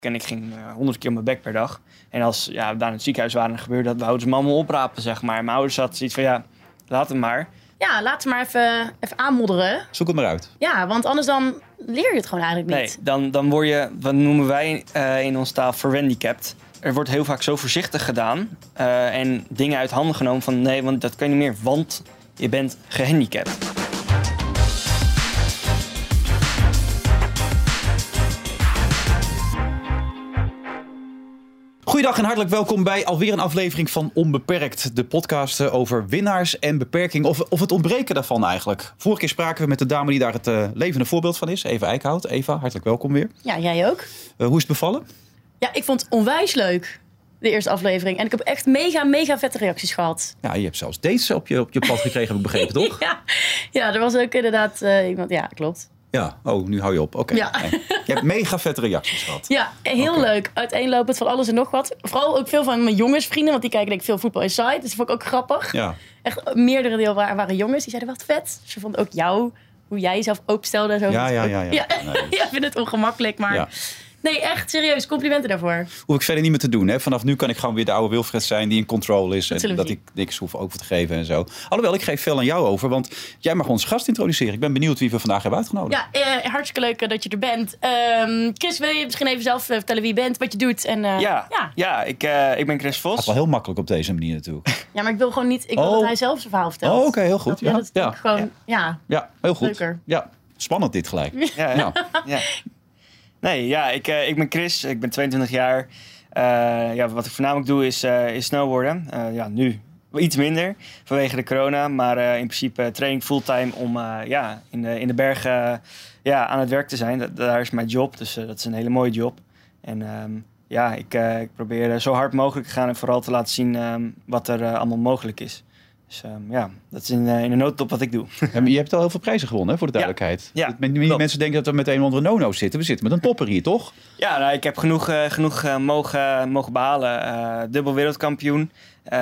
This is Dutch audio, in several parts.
En ik ging 100 keer op mijn bek per dag. En als we daar in het ziekenhuis waren, gebeurde dat. We houden ze me allemaal oprapen, zeg maar. Mijn ouders hadden zoiets van, laat hem maar. Ja, laat het maar even aanmodderen. Zoek het maar uit. Ja, want anders dan leer je het gewoon eigenlijk niet. Nee, dan word je, wat noemen wij in ons taal, verhandicapt. Er wordt heel vaak zo voorzichtig gedaan. En dingen uit handen genomen van, nee, want dat kan je niet meer. Want je bent gehandicapt. Goeiedag en hartelijk welkom bij alweer een aflevering van Onbeperkt. De podcast over winnaars en beperking. Of het ontbreken daarvan eigenlijk. Vorige keer spraken we met de dame die daar het levende voorbeeld van is. Eva Eickhout. Eva, hartelijk welkom weer. Ja, jij ook. Hoe is het bevallen? Ja, ik vond het onwijs leuk. De eerste aflevering. En ik heb echt mega vette reacties gehad. Ja, je hebt zelfs dates op je pad gekregen, heb ik begrepen, toch? Ja, er was ook inderdaad iemand. Ja, klopt. Ja, nu hou je op. Oké. Ja. Nee. Je hebt mega vette reacties gehad. Ja, heel leuk. Uiteenlopend van alles en nog wat. Vooral ook veel van mijn jongensvrienden, want die kijken denk ik veel Voetbal Inside. Dus dat vond ik ook grappig. Ja. Echt meerdere deel waren jongens. Die zeiden, wat vet. Ze vonden ook jou, hoe jij jezelf openstelde. En zo. Ja. Nee. Ja, ik vind het ongemakkelijk, maar... Ja. Nee, echt serieus. Complimenten daarvoor. Hoef ik verder niet meer te doen. Hè? Vanaf nu kan ik gewoon weer de oude Wilfred zijn die in control is. En dat ik niks hoef over te geven en zo. Alhoewel, ik geef veel aan jou over. Want jij mag ons gast introduceren. Ik ben benieuwd wie we vandaag hebben uitgenodigd. Ja, hartstikke leuk dat je er bent. Chris, wil je misschien even zelf vertellen wie je bent, wat je doet? En, ik ben Chris Vos. Het gaat wel heel makkelijk op deze manier natuurlijk. Ja, maar ik wil gewoon niet... Ik wil dat hij zelf zijn verhaal vertelt. Oh, oké, heel goed. Ja, heel goed. Leuker. Ja, spannend dit gelijk. Ja. Nee, ik ben Chris, ik ben 22 jaar. Wat ik voornamelijk doe is snowboarden. Nu iets minder vanwege de corona. Maar in principe train ik fulltime om in de bergen aan het werk te zijn. Daar is mijn job, dus dat is een hele mooie job. En ik probeer zo hard mogelijk te gaan en vooral te laten zien wat er allemaal mogelijk is. Dus dat is in een notendop wat ik doe. Ja, maar je hebt al heel veel prijzen gewonnen, hè, voor de duidelijkheid. Ja, mensen denken dat we met een onder nono zitten. We zitten met een topper hier, toch? Ja, ik heb genoeg mogen behalen. Dubbel wereldkampioen.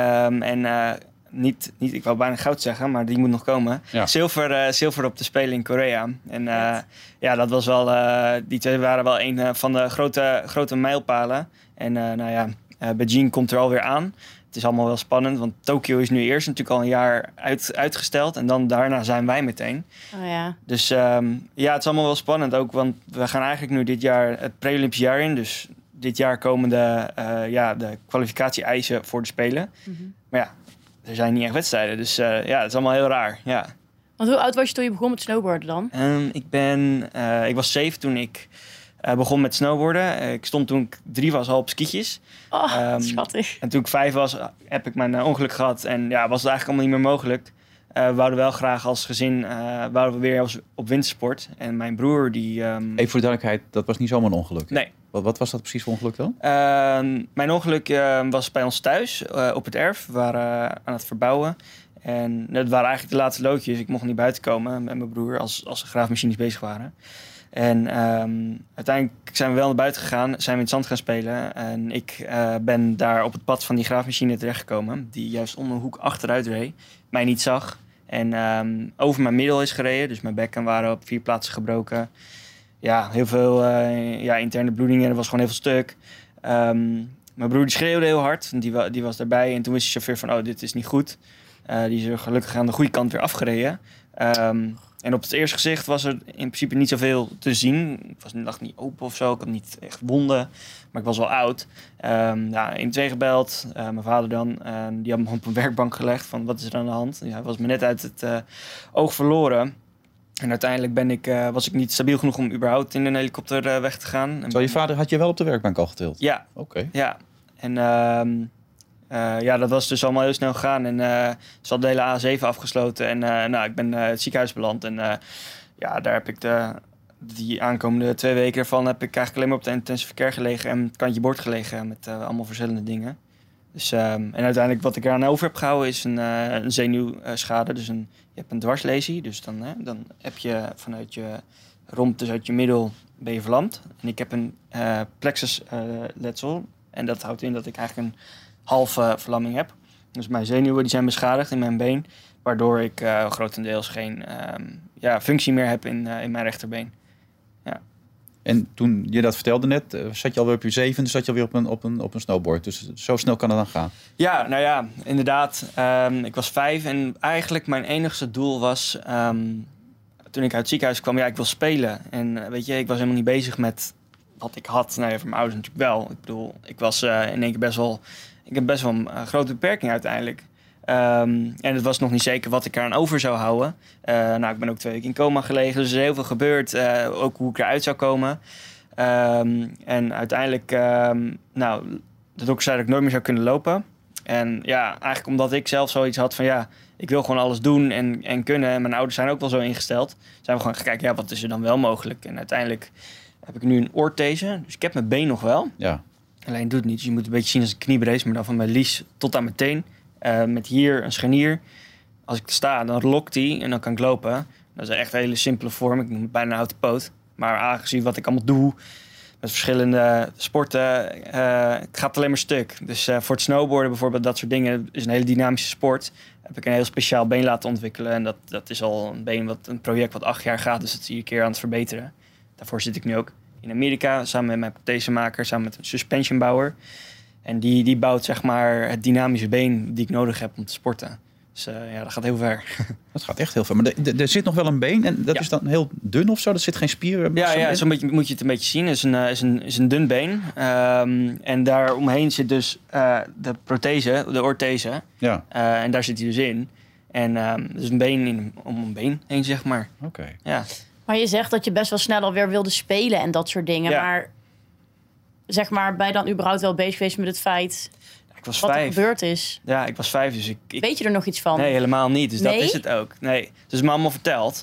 Niet, ik wou bijna goud zeggen, maar die moet nog komen. Ja. Zilver op de Spelen in Korea. En dat was wel... die twee waren wel een van de grote mijlpalen. En Beijing komt er alweer aan. Het is allemaal wel spannend, want Tokio is nu eerst natuurlijk al een jaar uitgesteld. En dan daarna zijn wij meteen. Oh ja. Dus het is allemaal wel spannend ook. Want we gaan eigenlijk nu dit jaar het pre-Olympisch jaar in. Dus dit jaar komen de kwalificatie-eisen voor de Spelen. Mm-hmm. Maar er zijn niet echt wedstrijden. Dus het is allemaal heel raar. Ja. Want hoe oud was je toen je begon met snowboarden dan? Ik was 7 toen ik... begon met snowboarden. Ik stond toen ik 3 was al op skietjes. Oh, schattig. En toen ik 5 was, heb ik mijn ongeluk gehad. En was het eigenlijk allemaal niet meer mogelijk. We wouden wel graag als gezin weer op wintersport. En mijn broer die... Even voor de duidelijkheid, dat was niet zomaar een ongeluk? Nee. Wat was dat precies voor ongeluk dan? Mijn ongeluk was bij ons thuis op het erf. We waren aan het verbouwen. En dat waren eigenlijk de laatste loodjes. Ik mocht niet buiten komen met mijn broer als de graafmachines bezig waren. En uiteindelijk zijn we wel naar buiten gegaan, zijn we in het zand gaan spelen. En ik ben daar op het pad van die graafmachine terechtgekomen, die juist om een hoek achteruit reed, mij niet zag. En over mijn middel is gereden, dus mijn bekken waren op 4 plaatsen gebroken. Ja, heel veel interne bloedingen, er was gewoon heel veel stuk. Mijn broer die schreeuwde heel hard, die was daarbij. En toen wist de chauffeur van, dit is niet goed. Die is er gelukkig aan de goede kant weer afgereden. En op het eerste gezicht was er in principe niet zoveel te zien. Ik lag niet open of zo. Ik had niet echt wonden. Maar ik was wel oud. 112 gebeld. Mijn vader dan. Die had me op een werkbank gelegd. Van wat is er aan de hand? Hij was me net uit het oog verloren. En uiteindelijk was ik niet stabiel genoeg om überhaupt in een helikopter weg te gaan. Zo, je vader had je wel op de werkbank al getild? Ja. Oké. Ja. En... dat was dus allemaal heel snel gegaan. En ze had de hele A7 afgesloten. En ik ben het ziekenhuis beland. En daar heb ik die aankomende 2 weken ervan... heb ik eigenlijk alleen maar op de intensive care gelegen... en het kantje bord gelegen met allemaal verschillende dingen. Dus, en uiteindelijk wat ik eraan over heb gehouden... is een zenuwschade. Dus je hebt een dwarslesie. Dus dan heb je vanuit je romp, dus uit je middel... ben je verlamd. En ik heb een plexusletsel. En dat houdt in dat ik eigenlijk een... halve verlamming heb. Dus mijn zenuwen die zijn beschadigd in mijn been. Waardoor ik grotendeels geen functie meer heb in mijn rechterbeen. Ja. En toen je dat vertelde net, zat je alweer op je 7e, zat je alweer op een snowboard. Dus zo snel kan het dan gaan. Ja, nou ja, inderdaad. Ik was 5 en eigenlijk mijn enigste doel was... toen ik uit het ziekenhuis kwam, ik wil spelen. En weet je, ik was helemaal niet bezig met wat ik had. Nou ja, voor mijn ouders natuurlijk wel. Ik bedoel, ik was in één keer best wel... Ik heb best wel een grote beperking uiteindelijk. En het was nog niet zeker wat ik eraan over zou houden. Ik ben ook 2 weken in coma gelegen. Dus er is heel veel gebeurd. Ook hoe ik eruit zou komen. En uiteindelijk... de dokter zei dat ik nooit meer zou kunnen lopen. En ja, eigenlijk omdat ik zelf zoiets had van... ik wil gewoon alles doen en kunnen. En mijn ouders zijn ook wel zo ingesteld. Zijn we gewoon gaan kijken, wat is er dan wel mogelijk? En uiteindelijk heb ik nu een oorthese. Dus ik heb mijn been nog wel. Ja. Alleen doet het niet. Dus je moet een beetje zien als een kniebrace. Maar dan van mijn lies tot aan mijn teen. Met hier een scharnier. Als ik sta, dan lokt die en dan kan ik lopen. Dat is echt een hele simpele vorm. Ik noem het bijna een houten poot. Maar aangezien wat ik allemaal doe... met verschillende sporten, het gaat alleen maar stuk. Dus voor het snowboarden bijvoorbeeld, dat soort dingen... is een hele dynamische sport. Heb ik een heel speciaal been laten ontwikkelen. En dat is al een project wat 8 jaar gaat. Dus dat is iedere keer aan het verbeteren. Daarvoor zit ik nu ook in Amerika... samen met mijn prothesemaker, samen met een suspensionbouwer. En die bouwt zeg maar het dynamische been die ik nodig heb om te sporten. Dus dat gaat heel ver. Dat gaat echt heel ver. Maar er zit nog wel een been en dat is dan heel dun of zo? Er zit geen spier? Ja, zo'n beetje moet je het een beetje zien. Het is een dun been. En daar omheen zit dus de prothese, de orthese. Ja. En daar zit hij dus in. En dus een been om een been heen, zeg maar. Oké. Ja. Maar je zegt dat je best wel snel alweer wilde spelen en dat soort dingen. Ja. Maar zeg maar, ben je dan überhaupt wel bezig geweest met het feit... Ik was wat 5. er gebeurd is? Ja, ik was 5, dus ik... Weet je er nog iets van? Nee, helemaal niet. Dus dat is het ook. Nee, dus me allemaal verteld.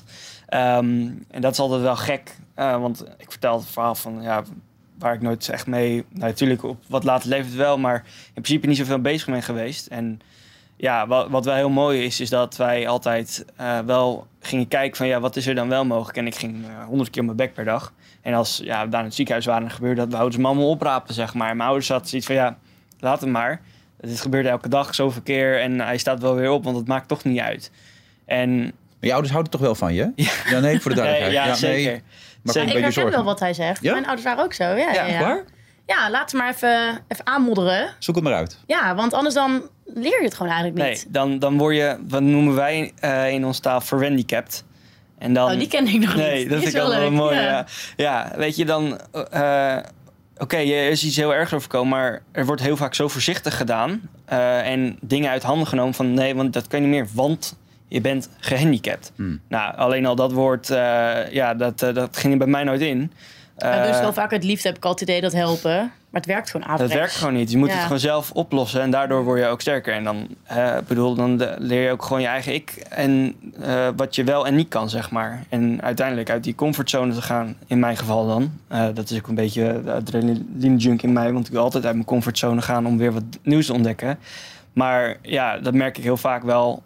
En dat is altijd wel gek. Want ik vertel het verhaal van... waar ik nooit echt mee... Nou, natuurlijk op wat later leeft het wel... maar in principe niet zoveel bezig ben geweest. En ja, wat wel heel mooi is dat wij altijd wel gingen kijken van... wat is er dan wel mogelijk? En ik ging 100 keer op mijn bek per dag. En als we daar in het ziekenhuis waren, gebeurde dat... wouden ze me allemaal oprapen, zeg maar. En mijn ouders hadden zoiets van... laat hem maar. Dit gebeurt elke dag zoveel keer en hij staat wel weer op, want het maakt toch niet uit. En... Maar je ouders houden toch wel van je? Ja, nee, voor de duidelijkheid. Ja, zeker. Nee. Maar ik herken wel wat hij zegt. Ja? Mijn ouders waren ook zo. Ja. Waar? Ja, laat ze maar even aanmodderen. Zoek het maar uit. Ja, want anders dan leer je het gewoon eigenlijk niet. Nee, dan word je, wat noemen wij in onze taal, verhandicapt. En dan... die ken ik nog niet. Nee, dat vind ik wel mooi. Ja, weet je, dan... Oké, er is iets heel ergs overkomen, maar er wordt heel vaak zo voorzichtig gedaan. En dingen uit handen genomen van nee, want dat kan je niet meer, want je bent gehandicapt. Nou, alleen al dat woord, dat ging er bij mij nooit in. Dus wel vaak het liefde heb ik altijd idee dat helpen, maar het werkt gewoon averechts. Dat werkt gewoon niet. Je moet het gewoon zelf oplossen en daardoor word je ook sterker. En dan, dan leer je ook gewoon je eigen ik en wat je wel en niet kan, zeg maar. En uiteindelijk uit die comfortzone te gaan, in mijn geval dan. Dat is ook een beetje de adrenaline junk in mij, want ik wil altijd uit mijn comfortzone gaan om weer wat nieuws te ontdekken. Maar ja, dat merk ik heel vaak wel.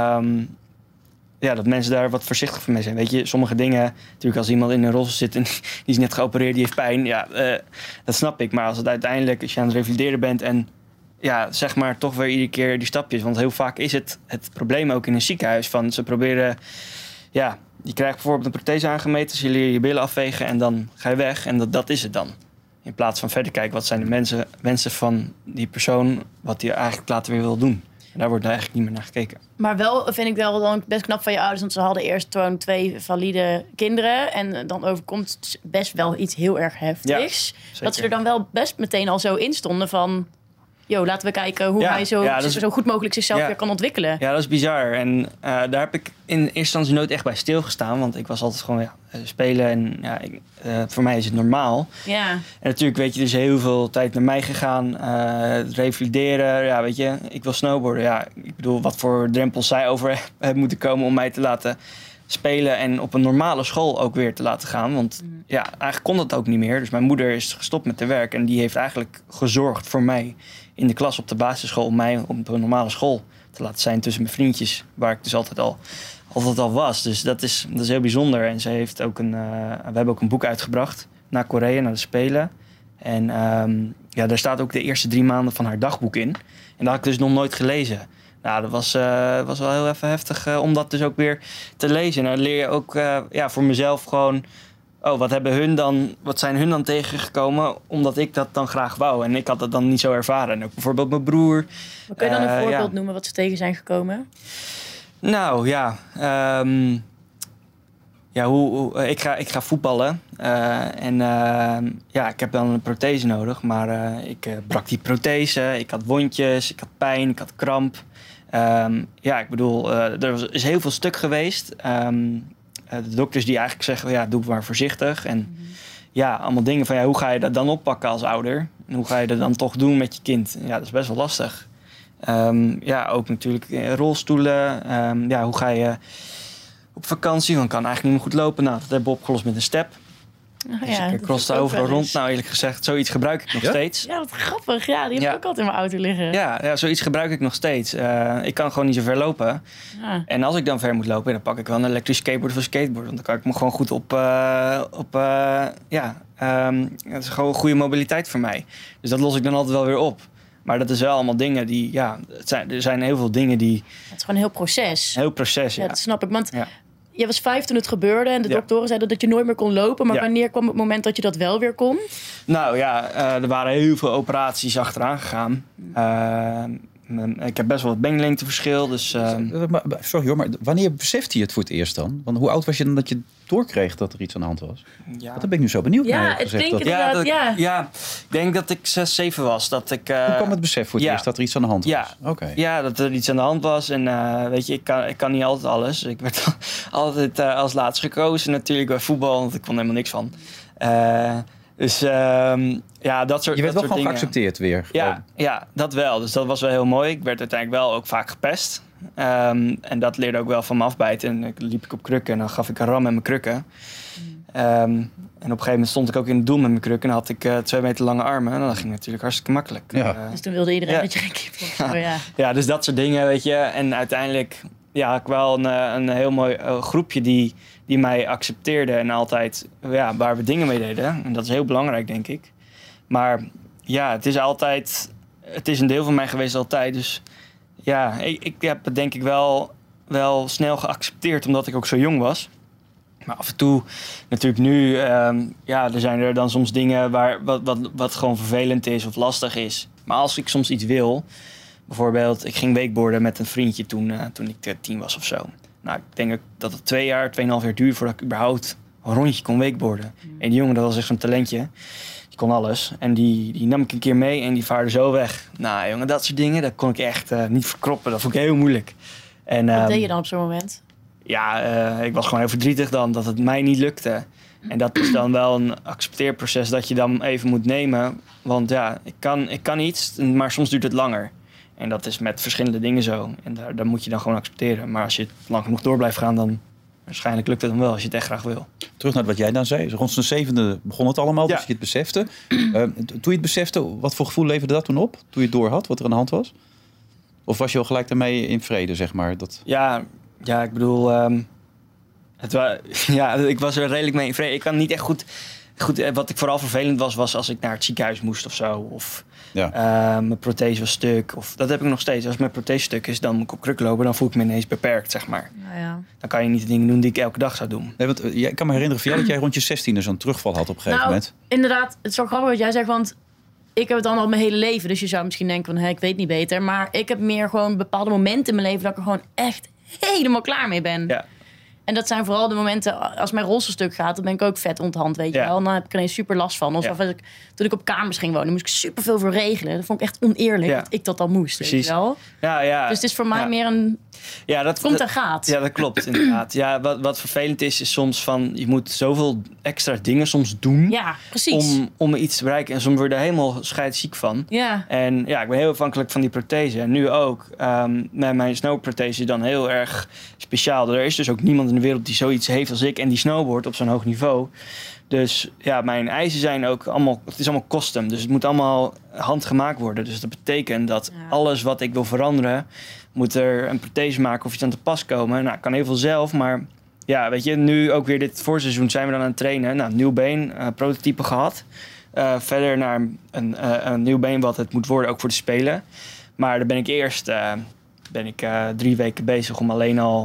Dat mensen daar wat voorzichtig mee zijn. Weet je, sommige dingen... Natuurlijk als iemand in een rolstoel zit en die is net geopereerd, die heeft pijn. Ja, dat snap ik. Maar als het uiteindelijk, als je aan het revalideren bent... en zeg maar toch weer iedere keer die stapjes. Want heel vaak is het probleem ook in een ziekenhuis. Van ze proberen... Ja, je krijgt bijvoorbeeld een prothese aangemeten. Ze leren je billen afwegen en dan ga je weg. En dat is het dan. In plaats van verder kijken, wat zijn de wensen van die persoon... wat die eigenlijk later weer wil doen. En daar wordt eigenlijk niet meer naar gekeken. Maar wel vind ik wel dan best knap van je ouders. Want ze hadden eerst gewoon 2 valide kinderen. En dan overkomt best wel iets heel erg heftigs. Ja, dat ze er dan wel best meteen al zo in stonden van... laten we kijken hoe hij zo goed mogelijk zichzelf weer kan ontwikkelen. Ja, dat is bizar. En daar heb ik in eerste instantie nooit echt bij stilgestaan. Want ik was altijd gewoon spelen en voor mij is het normaal. Ja. En natuurlijk weet je, er is heel veel tijd naar mij gegaan. Revalideren, ja, weet je, ik wil snowboarden. Ja, ik bedoel, wat voor drempels zij over hebben moeten komen om mij te laten spelen en op een normale school ook weer te laten gaan. Want eigenlijk kon dat ook niet meer. Dus mijn moeder is gestopt met haar werk en die heeft eigenlijk gezorgd voor mij in de klas op de basisschool om mij op een normale school te laten zijn tussen mijn vriendjes, waar ik dus altijd al was. Dus dat is heel bijzonder. En ze heeft ook we hebben ook een boek uitgebracht naar Korea, naar de Spelen. En daar staat ook de eerste 3 maanden van haar dagboek in. En dat had ik dus nog nooit gelezen. Nou, dat was wel heel even heftig om dat dus ook weer te lezen. En dan leer je ook voor mezelf gewoon wat zijn hun dan tegengekomen omdat ik dat dan graag wou. En ik had dat dan niet zo ervaren. En ook bijvoorbeeld mijn broer. Maar kun je dan een voorbeeld noemen wat ze tegen zijn gekomen? Nou ja, ik ga voetballen. Ik heb dan een prothese nodig. Maar ik brak die prothese. Ik had wondjes, ik had pijn, ik had kramp. Er is heel veel stuk geweest. De dokters die eigenlijk zeggen, doe maar voorzichtig. En allemaal dingen van, hoe ga je dat dan oppakken als ouder? En hoe ga je dat dan toch doen met je kind? Ja, dat is best wel lastig. Ook natuurlijk rolstoelen. Hoe ga je op vakantie? Want ik kan eigenlijk niet meer goed lopen. Nou, dat hebben we opgelost met een step. Dus ik crosste overal rond. Nou, eerlijk gezegd, zoiets gebruik ik nog steeds. Ja, wat grappig. Ja, die heb ik ook altijd in mijn auto liggen. Ja, zoiets gebruik ik nog steets. Ik kan gewoon niet zo ver lopen. Ja. En als ik dan ver moet lopen, dan pak ik wel een elektrisch skateboard of een skateboard. Want dan kan ik me gewoon goed het is gewoon een goede mobiliteit voor mij. Dus dat los ik dan altijd wel weer op. Maar dat is wel allemaal dingen die, er zijn heel veel dingen die... Het is gewoon een heel proces. Heel proces, ja. Dat snap ik, want... Ja. Je was 5 toen het gebeurde en de doktoren zeiden dat je nooit meer kon lopen. Maar wanneer kwam het moment dat je dat wel weer kon? Nou ja, er waren heel veel operaties achteraan gegaan. Ik heb best wel wat benglengteverschil. Dus, Sorry hoor, maar wanneer besefte je het voor het eerst dan? Want hoe oud was je dan dat je doorkreeg dat er iets aan de hand was? Ja. Want dan ben ik nu zo benieuwd naar. Ik denk dat ik 6, 7 was. Dat ik, hoe kwam het besef voor het eerst dat er iets aan de hand was? Ja, dat er iets aan de hand was. En ik kan niet altijd alles. Ik werd altijd als laatst gekozen natuurlijk bij voetbal. Want ik kon helemaal niks van. Dus dat soort Je werd wel gewoon dingen geaccepteerd weer. Ja, dat wel. Dus dat was wel heel mooi. Ik werd uiteindelijk wel ook vaak gepest. En dat leerde ook wel van me afbijten. En dan liep ik op krukken en dan gaf ik een ram met mijn krukken. En op een gegeven moment stond ik ook in het doel met mijn krukken. En dan had ik 2 meter lange armen. En dan ging het natuurlijk hartstikke makkelijk. Dus toen wilde iedereen dat je geen keeper was. Ja, dus dat soort dingen, weet je. En uiteindelijk had ik wel een heel mooi groepje die mij accepteerde. En altijd waar we dingen mee deden. En dat is heel belangrijk, denk ik. Maar het is een deel van mij geweest altijd. Dus ik heb het denk ik wel snel geaccepteerd, omdat ik ook zo jong was. Maar af en toe, natuurlijk nu, er zijn er dan soms dingen wat gewoon vervelend is of lastig is. Maar als ik soms iets wil, bijvoorbeeld, ik ging wakeboarden met een vriendje toen ik 10 was of zo. Nou, ik denk dat het 2,5 jaar duurde voordat ik überhaupt een rondje kon wakeboarden. En die jongen, dat was echt zo'n talentje. Die kon alles. En die nam ik een keer mee en die vaarde zo weg. Nou jongen, dat soort dingen, dat kon ik echt niet verkroppen. Dat vond ik heel moeilijk. En, wat deed je dan op zo'n moment? Ik was gewoon heel verdrietig dan dat het mij niet lukte. En dat is dan wel een accepteerproces dat je dan even moet nemen. Want ik kan iets, maar soms duurt het langer. En dat is met verschillende dingen zo. En daar moet je dan gewoon accepteren. Maar als je lang genoeg door blijft gaan, dan waarschijnlijk lukt het dan wel als je het echt graag wil. Terug naar wat jij dan zei. Rond zijn 7e begon het allemaal, dus je het besefte. Toen je het besefte, wat voor gevoel leverde dat toen op? Toen je het door had, wat er aan de hand was? Of was je al gelijk daarmee in vrede, zeg maar? Ja, ik bedoel... ik was er redelijk mee in vrede. Ik kan niet echt goed... Wat ik vooral vervelend was als ik naar het ziekenhuis moest of zo. Of mijn prothese was stuk. Of, dat heb ik nog steeds. Als mijn prothese stuk is, dan moet ik op kruk lopen. Dan voel ik me ineens beperkt, zeg maar. Dan kan je niet de dingen doen die ik elke dag zou doen. Nee, want ik kan me herinneren van jou dat jij rond je 16e zo'n terugval had op een gegeven moment. Inderdaad. Het is wel grappig wat jij zegt, want ik heb het dan al mijn hele leven. Dus je zou misschien denken van, ik weet niet beter. Maar ik heb meer gewoon bepaalde momenten in mijn leven dat ik er gewoon echt helemaal klaar mee ben. Ja. En dat zijn vooral de momenten, als mijn rolstoelstuk gaat, dan ben ik ook vet onthand, weet je wel. En dan heb ik ineens super last van. Of toen ik op kamers ging wonen, moest ik super veel voor regelen. Dat vond ik echt oneerlijk dat ik dat dan moest, weet je wel. Ja. Dus het is voor mij meer een... dat komt en gaat. Ja, dat klopt inderdaad. Wat vervelend is soms van, je moet zoveel extra dingen soms doen. Ja, precies. Om iets te bereiken. En soms word je er helemaal scheidsziek van. Ja. En ik ben heel afhankelijk van die prothese. En nu ook. Met mijn snowboardprothese dan heel erg speciaal. Er is dus ook niemand in de wereld die zoiets heeft als ik en die snowboard op zo'n hoog niveau. Dus mijn eisen zijn ook allemaal, het is allemaal custom. Dus het moet allemaal handgemaakt worden. Dus dat betekent dat alles wat ik wil veranderen, moet er een prothese maken of iets aan te pas komen. Nou, ik kan heel veel zelf, maar weet je, nu ook weer dit voorseizoen zijn we dan aan het trainen. Nou, nieuw been, prototype gehad. Verder naar een nieuw been wat het moet worden, ook voor de Spelen. Maar daar ben ik eerst 3 weken bezig om alleen al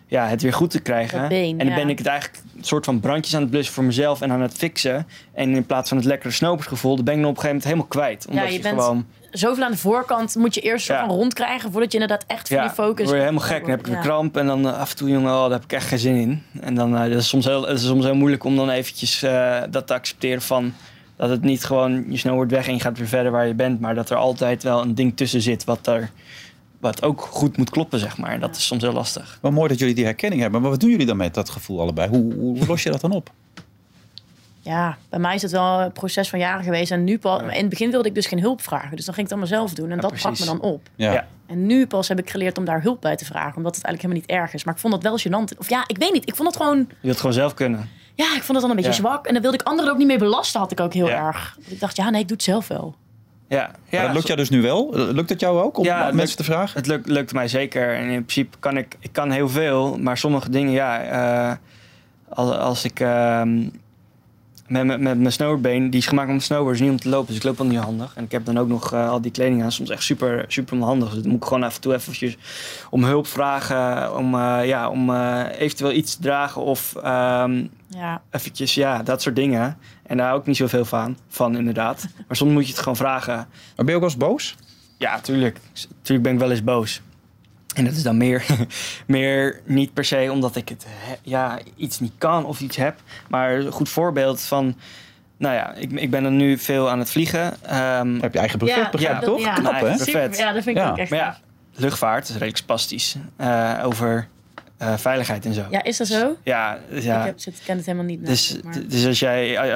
het weer goed te krijgen. En dan ben ik het eigenlijk een soort van brandjes aan het blussen voor mezelf en aan het fixen. En in plaats van het lekkere snopersgevoel, dan ben ik dan op een gegeven moment helemaal kwijt. Omdat je bent gewoon zoveel aan de voorkant moet je eerst van rondkrijgen voordat je inderdaad echt van die focus. Dan word je helemaal gek. Dan heb ik weer kramp en dan af en toe, jongen, daar heb ik echt geen zin in. En dan het is soms heel moeilijk om dan eventjes dat te accepteren van dat het niet gewoon je snowboard weg en je gaat weer verder waar je bent, maar dat er altijd wel een ding tussen zit wat ook goed moet kloppen, zeg maar. En dat is soms heel lastig. Maar mooi dat jullie die herkenning hebben. Maar wat doen jullie dan met dat gevoel allebei? Hoe los je dat dan op? Ja, bij mij is het wel een proces van jaren geweest. En nu pas, in het begin wilde ik dus geen hulp vragen. Dus dan ging ik het allemaal zelf doen. En dat pakt me dan op. Ja. En nu pas heb ik geleerd om daar hulp bij te vragen. Omdat het eigenlijk helemaal niet erg is. Maar ik vond het wel gênant. Of ik weet niet. Ik vond het gewoon... Je wilt het gewoon zelf kunnen. Ja, ik vond het dan een beetje zwak. En dan wilde ik anderen ook niet mee belasten. Had ik ook heel erg. Ik dacht, ik doe het zelf wel. Ja, dat lukt jou dus nu wel? Lukt het jou ook om mensen te vragen? Het lukt mij zeker. En in principe kan ik kan heel veel. Maar sommige dingen, als ik... Met mijn snowboardbeen, die is gemaakt om te snowboarden, is niet om te lopen. Dus ik loop wel niet handig. En ik heb dan ook nog al die kleding aan. Soms echt super, super onhandig. Dus dan moet ik gewoon af en toe eventjes om hulp vragen. Om eventueel iets te dragen. Of eventjes, dat soort dingen. En daar hou ik niet zoveel van inderdaad. Maar soms moet je het gewoon vragen. Maar ben je ook wel eens boos? Ja, tuurlijk. Tuurlijk ben ik wel eens boos. En dat is dan meer niet per se omdat ik het iets niet kan of iets heb. Maar een goed voorbeeld van... Nou ja, ik ben dan nu veel aan het vliegen. Heb je eigen brevet, begrijp toch? Ja, knap, hè? Super, ja, dat vind ik ook echt. Maar luchtvaart is redelijk spastisch. Over veiligheid en zo. Ja, is dat zo? Ja. Ik ken het helemaal niet. Dus als jij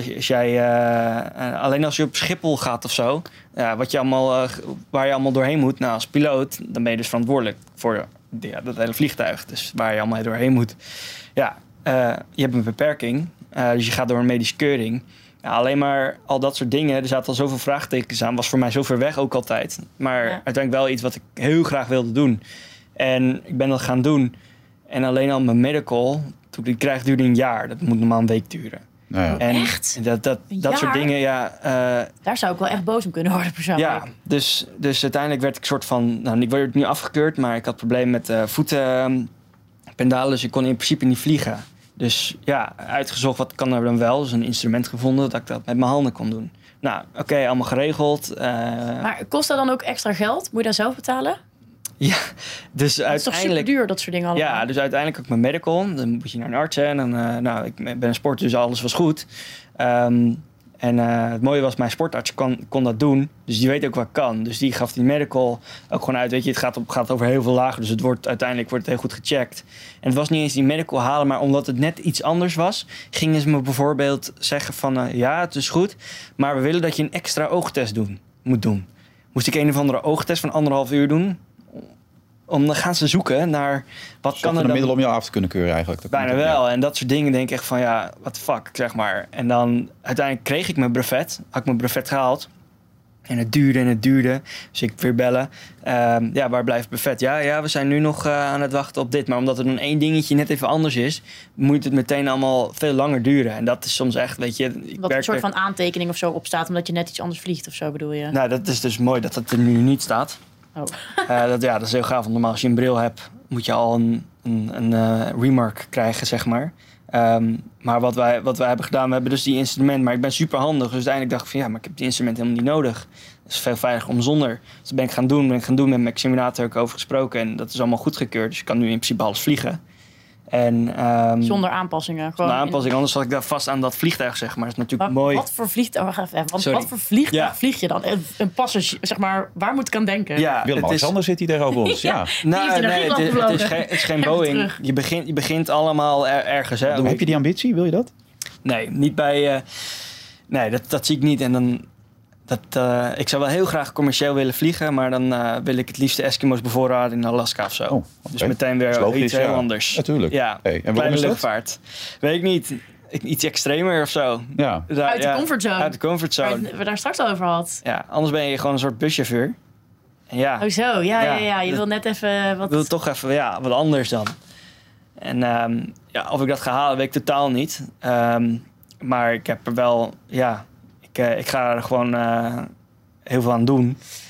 alleen als je op Schiphol gaat of zo, waar je allemaal doorheen moet, als piloot, dan ben je dus verantwoordelijk voor dat hele vliegtuig. Dus waar je allemaal doorheen moet. Ja, je hebt een beperking, dus je gaat door een medische keuring. Ja, alleen maar al dat soort dingen, er zaten al zoveel vraagtekens aan, was voor mij zo ver weg ook altijd. Maar uiteindelijk wel iets wat ik heel graag wilde doen. En ik ben dat gaan doen. En alleen al mijn medical, toen ik die krijg, duurde een jaar. Dat moet normaal een week duren. Ja. En echt? Dat soort dingen, daar zou ik wel echt boos om kunnen worden persoonlijk. Ja, dus uiteindelijk werd ik soort van... Nou, ik werd niet afgekeurd, maar ik had problemen met voetenpendalen. Dus ik kon in principe niet vliegen. Dus uitgezocht wat kan er dan wel. Dus een instrument gevonden dat ik dat met mijn handen kon doen. Nou, oké, allemaal geregeld. Maar kost dat dan ook extra geld? Moet je dat zelf betalen? Ja, dus het uiteindelijk... is toch super duur, dat soort dingen allemaal? Ja, dus uiteindelijk ook mijn medical. Dan moet je naar een arts. En dan, ik ben een sporter, dus alles was goed. Het mooie was, mijn sportarts kon dat doen. Dus die weet ook wat ik kan. Dus die gaf die medical ook gewoon uit. Weet je, het gaat over heel veel lagen. Dus uiteindelijk wordt het heel goed gecheckt. En het was niet eens die medical halen. Maar omdat het net iets anders was, gingen ze me bijvoorbeeld zeggen van... het is goed, maar we willen dat je een extra oogtest moet doen. Moest ik een of andere oogtest van 1,5 uur doen... Dan gaan ze zoeken naar wat kan er dan... een middel om jou af te kunnen keuren eigenlijk. Dat bijna wel. Ja. En dat soort dingen denk ik echt van what the fuck, zeg maar. En dan uiteindelijk kreeg ik mijn brevet. Had ik mijn brevet gehaald. En het duurde. Dus ik weer bellen. Waar blijft het brevet? Ja, we zijn nu nog aan het wachten op dit. Maar omdat er dan 1 dingetje net even anders is... moet het meteen allemaal veel langer duren. En dat is soms echt, weet je... Wat een soort van aantekening of zo opstaat... omdat je net iets anders vliegt of zo, bedoel je? Nou, dat is dus mooi dat het er nu niet staat. Oh. Dat is heel gaaf. Want normaal als je een bril hebt, moet je al een remark krijgen, zeg maar. Maar wat wij hebben gedaan, we hebben dus die instrument. Maar ik ben super handig. Dus uiteindelijk dacht ik van maar ik heb die instrument helemaal niet nodig. Het is veel veiliger om zonder. Dus dat ben ik gaan doen. Met mijn examinator heb ik over gesproken. En dat is allemaal goedgekeurd. Dus ik kan nu in principe alles vliegen. En, zonder aanpassingen. Zonder aanpassing, anders zat ik daar vast aan dat vliegtuig, zeg maar. Dat is natuurlijk mooi. Wat voor vliegtuig, wat voor vliegtuig vlieg je dan? Een passagier, zeg maar, waar moet ik aan denken? Ja, Willem-Alexander zit hier tegenover ons. Ja. Het is geen Boeing. Je begint allemaal ergens. Hè? Heb je die ambitie? Wil je dat? Nee, niet bij... dat zie ik niet. En dan... ik zou wel heel graag commercieel willen vliegen, maar dan wil ik het liefst de Eskimo's bevoorraden in Alaska of zo. Okay. Dus meteen weer iets heel anders. Natuurlijk. Ja, en kleine luchtvaart. Weet ik niet. Iets extremer of zo. Ja. Uit de comfortzone. Uit de comfortzone. Waar we daar straks al over had. Ja, anders ben je gewoon een soort buschauffeur. Ja. Oh zo, ja. Je wil net even wat... Ik wil toch even wat anders dan. En of ik dat ga halen, weet ik totaal niet. Maar ik heb er wel... ik ga er gewoon heel veel aan doen.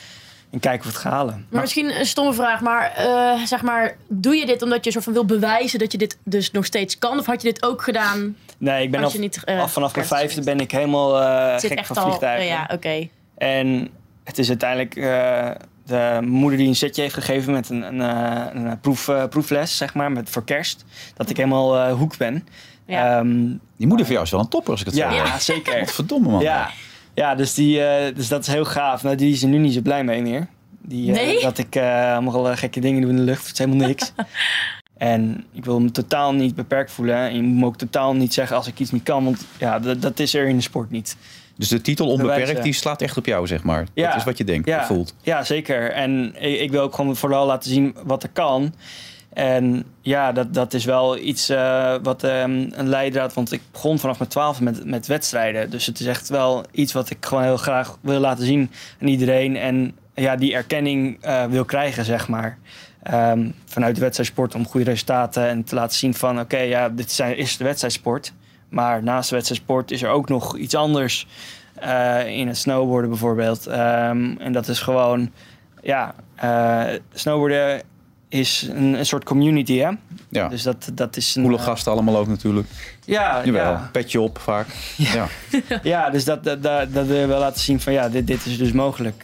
en kijken of we het gaan halen. Maar misschien een stomme vraag, maar zeg maar, doe je dit omdat je soort van wil bewijzen dat je dit dus nog steeds kan? Of had je dit ook gedaan? Nee, ik ben vanaf mijn 5e ben ik helemaal gek van vliegtuigen. Ja, oké. En het is uiteindelijk de moeder die een setje heeft gegeven met een proefles, zeg maar, voor kerst. Dat ik helemaal hoekt ben. Ja. Die moeder van jou is wel een topper, als ik het zo Ja, zeker. Wat verdomme, man. Ja, dus dat is heel gaaf. Nou, die is er nu niet zo blij mee meer. Dat ik allemaal gekke dingen doe in de lucht. Het is helemaal niks. En ik wil me totaal niet beperkt voelen. En je moet me ook totaal niet zeggen als ik iets niet kan. Want ja, dat is er in de sport niet. Dus de titel onbeperkt, die slaat echt op jou, zeg maar. Ja, dat is wat je denkt, voelt. Ja, zeker. En ik wil ook gewoon vooral laten zien wat er kan. En ja, dat is wel iets wat een leidraad... Want ik begon vanaf mijn 12 met wedstrijden. Dus het is echt wel iets wat ik gewoon heel graag wil laten zien aan iedereen. En ja, die erkenning wil krijgen, zeg maar. Vanuit de wedstrijdsport om goede resultaten en te laten zien van... Oké, dit is de wedstrijdsport. Maar naast de wedstrijdsport is er ook nog iets anders in het snowboarden bijvoorbeeld. En dat is gewoon... snowboarden is een soort community, hè? Ja. Dus dat is een... Coole gasten allemaal ook natuurlijk. Ja. Jawel, ja. petje op vaak. Ja, ja, dus dat wil je wel laten zien van dit is dus mogelijk.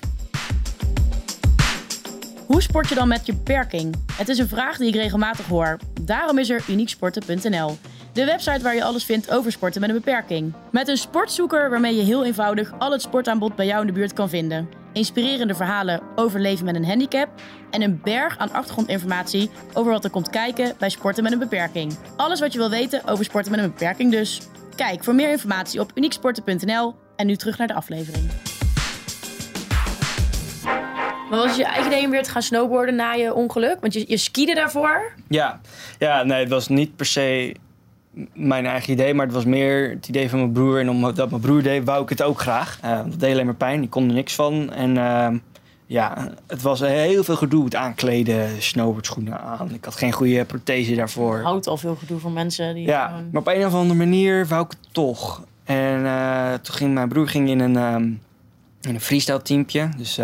Hoe sport je dan met je beperking? Het is een vraag die ik regelmatig hoor. Daarom is er unieksporten.nl. De website waar je alles vindt over sporten met een beperking. Met een sportzoeker waarmee je heel eenvoudig al het sportaanbod bij jou in de buurt kan vinden. Inspirerende verhalen over leven met een handicap. En een berg aan achtergrondinformatie over wat er komt kijken bij sporten met een beperking. Alles wat je wil weten over sporten met een beperking dus. Kijk voor meer informatie op unieksporten.nl. En nu terug naar de aflevering. Maar was je eigen idee om weer te gaan snowboarden na je ongeluk? Want je skiede daarvoor? Ja, nee, het was niet per se mijn eigen idee, maar het was meer het idee van mijn broer. En omdat mijn broer deed, wou ik het ook graag. Dat deed alleen maar pijn, ik kon er niks van. En het was heel veel gedoe, het aankleden, snowboardschoenen aan. Ik had geen goede prothese daarvoor. Houdt al veel gedoe voor mensen. Die maar op een of andere manier wou ik het toch. En toen ging mijn broer in een freestyle teampje. Dus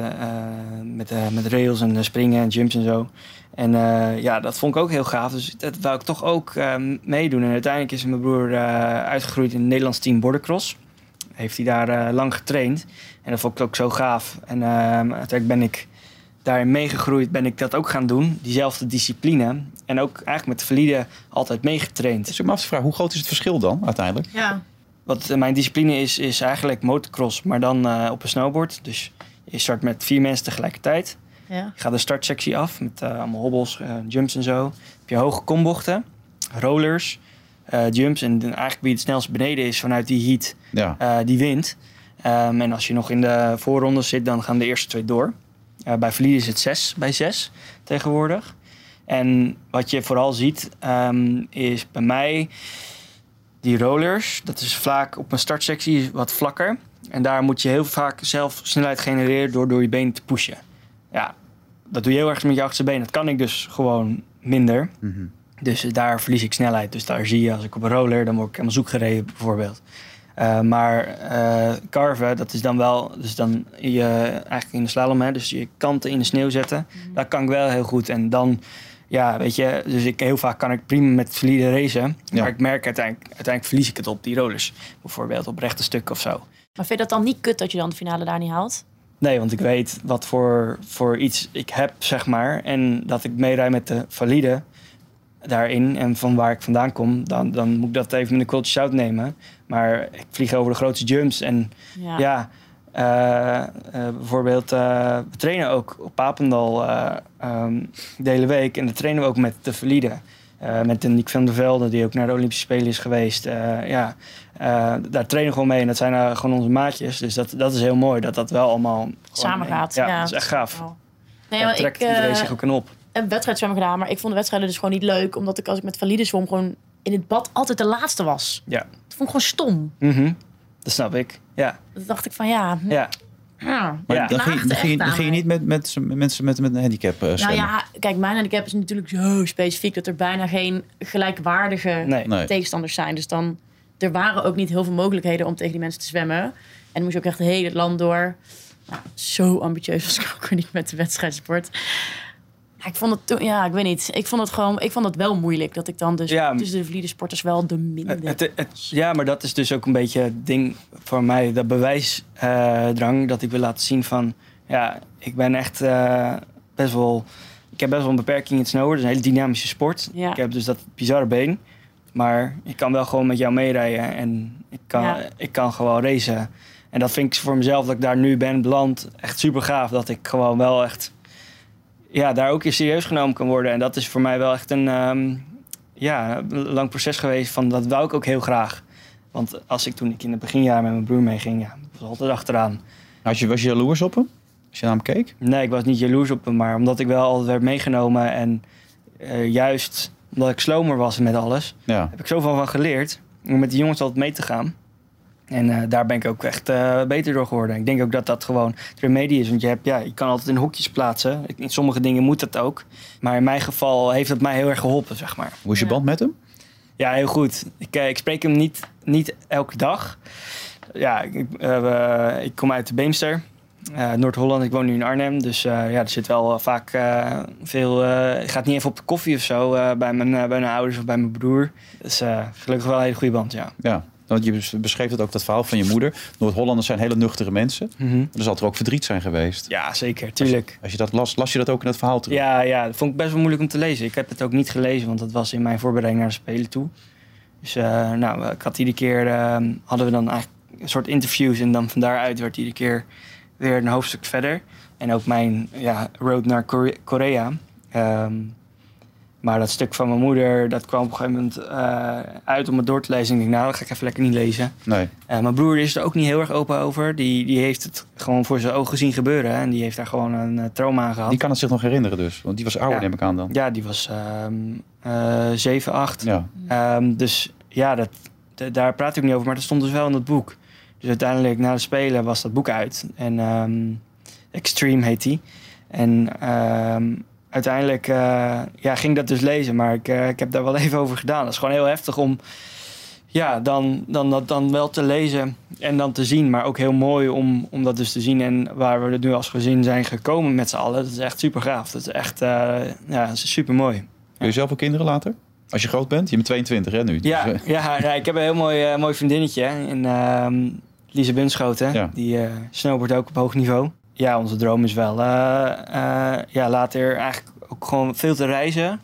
met rails en springen en jumps en zo. En dat vond ik ook heel gaaf. Dus dat wou ik toch ook meedoen. En uiteindelijk is mijn broer uitgegroeid in het Nederlands team bordercross. Heeft hij daar lang getraind. En dat vond ik ook zo gaaf. En uiteindelijk ben ik daarin meegegroeid. Ben ik dat ook gaan doen. Diezelfde discipline. En ook eigenlijk met de valide altijd meegetraind. Dus ik me af te vragen, hoe groot is het verschil dan uiteindelijk? Ja. Wat mijn discipline is eigenlijk motocross, maar dan op een snowboard. Dus je start met 4 mensen tegelijkertijd. Ja. Je gaat de startsectie af met allemaal hobbels, jumps en zo. Dan heb je hoge kombochten, rollers, jumps. En eigenlijk wie het snelst beneden is vanuit die heat, die wint. En als je nog in de voorronde zit, dan gaan de eerste 2 door. Bij valide is het 6 bij 6 tegenwoordig. En wat je vooral ziet, is bij mij... Die rollers, dat is vaak op een startsectie wat vlakker. En daar moet je heel vaak zelf snelheid genereren door je benen te pushen. Ja, dat doe je heel erg met je achterste been. Dat kan ik dus gewoon minder. Mm-hmm. Dus daar verlies ik snelheid. Dus daar zie je, als ik op een roller, dan word ik helemaal zoek gereden bijvoorbeeld. Maar carven, dat is dan wel... Dus dan je eigenlijk in de slalom, hè, dus je kanten in de sneeuw zetten. Mm-hmm. Dat kan ik wel heel goed. En dan... Ja, weet je, dus heel vaak kan ik prima met valide racen. Maar ik merk uiteindelijk verlies ik het op die rollers. Bijvoorbeeld op rechte stukken of zo. Maar vind je dat dan niet kut dat je dan de finale daar niet haalt? Nee, want ik weet wat voor iets ik heb, zeg maar. En dat ik meerij met de valide daarin. En van waar ik vandaan kom, dan moet ik dat even met een korreltje zout nemen. Maar ik vlieg over de grootste jumps. En bijvoorbeeld, we trainen ook op Papendal de hele week. En dan trainen we ook met de valide. Met Nick van der Velde, die ook naar de Olympische Spelen is geweest. Daar trainen we gewoon mee. En dat zijn gewoon onze maatjes. Dus dat is heel mooi, dat wel allemaal... Samen gaat. Ja, dat is echt gaaf. Wow. Nee, daar trekt iedereen zich ook aan op. Een wedstrijd zwemmen gedaan, maar ik vond de wedstrijden dus gewoon niet leuk. Omdat ik als ik met valide zwom gewoon in het bad altijd de laatste was. Ja. Dat vond ik gewoon stom. Mm-hmm. Dat snap ik, ja. Dat dacht ik van ja. Maar dan ging je niet met mensen met een handicap zwemmen? Nou ja, kijk, mijn handicap is natuurlijk zo specifiek dat er bijna geen gelijkwaardige tegenstanders zijn. Dus er waren ook niet heel veel mogelijkheden om tegen die mensen te zwemmen. En dan moest je ook echt het hele land door. Nou, zo ambitieus was ik ook weer niet met de wedstrijdsport. Ik vond het toen, ik weet niet. Ik vond het wel moeilijk dat ik dan dus tussen de valide sporters wel de minder. Maar dat is dus ook een beetje het ding voor mij, dat bewijsdrang, dat ik wil laten zien van, ik ben echt best wel een beperking in het snowboarden. Het is een hele dynamische sport. Ja. Ik heb dus dat bizarre been, maar ik kan wel gewoon met jou meerijden en ik kan gewoon racen. En dat vind ik voor mezelf, dat ik daar nu ben beland, echt super gaaf, dat ik gewoon wel echt daar ook weer serieus genomen kan worden. En dat is voor mij wel echt een lang proces geweest. Van dat wou ik ook heel graag. Want toen ik in het beginjaar met mijn broer meeging, was altijd achteraan. Was je jaloers op hem? Als je naar hem keek? Nee, ik was niet jaloers op hem. Maar omdat ik wel altijd werd meegenomen. En juist omdat ik slomer was met alles, heb ik zoveel van geleerd. Om met die jongens altijd mee te gaan. En daar ben ik ook echt beter door geworden. Ik denk ook dat dat gewoon het remedie is. Want je kan altijd in hokjes plaatsen. In sommige dingen moet dat ook. Maar in mijn geval heeft het mij heel erg geholpen, zeg maar. Hoe is je band met hem? Ja, heel goed. Ik spreek hem niet elke dag. Ja, ik kom uit de Beemster. Noord-Holland. Ik woon nu in Arnhem. Dus er zit wel vaak veel... ik ga niet even op de koffie of zo bij mijn ouders of bij mijn broer. Dus gelukkig wel een hele goede band, Ja. Want je beschreef het ook, dat verhaal van je moeder. Noord-Hollanders zijn hele nuchtere mensen. Mm-hmm. Er zal er ook verdriet zijn geweest. Ja, zeker. Tuurlijk. Als je dat las je dat ook in het verhaal terug? Ja, dat vond ik best wel moeilijk om te lezen. Ik heb het ook niet gelezen, want dat was in mijn voorbereiding naar de Spelen toe. Dus ik had iedere keer... hadden we dan eigenlijk een soort interviews. En dan van daaruit werd iedere keer weer een hoofdstuk verder. En ook mijn road naar Korea. Maar dat stuk van mijn moeder, dat kwam op een gegeven moment uit om het door te lezen. En ik dacht, dat ga ik even lekker niet lezen. Nee. Mijn broer is er ook niet heel erg open over. Die heeft het gewoon voor zijn ogen zien gebeuren. En die heeft daar gewoon een trauma aan gehad. Die kan het zich nog herinneren dus? Want die was ouder, neem ik aan dan. Ja, die was 7, 8. Ja. Dus daar praat ik niet over. Maar dat stond dus wel in het boek. Dus uiteindelijk na de Spelen was dat boek uit. En Extreme heet die. En... uiteindelijk ging ik dat dus lezen, maar ik heb daar wel even over gedaan. Dat is gewoon heel heftig om dan wel te lezen en dan te zien. Maar ook heel mooi om dat dus te zien. En waar we nu als gezin zijn gekomen met z'n allen, dat is echt super gaaf. Dat is echt dat is super mooi. Wil je zelf ook kinderen later? Als je groot bent? Je bent 22 hè nu? Ja, dus, ik heb een heel mooi vriendinnetje. En Lise Bunschoten, die snowboardt ook op hoog niveau. Ja, onze droom is wel later eigenlijk ook gewoon veel te reizen.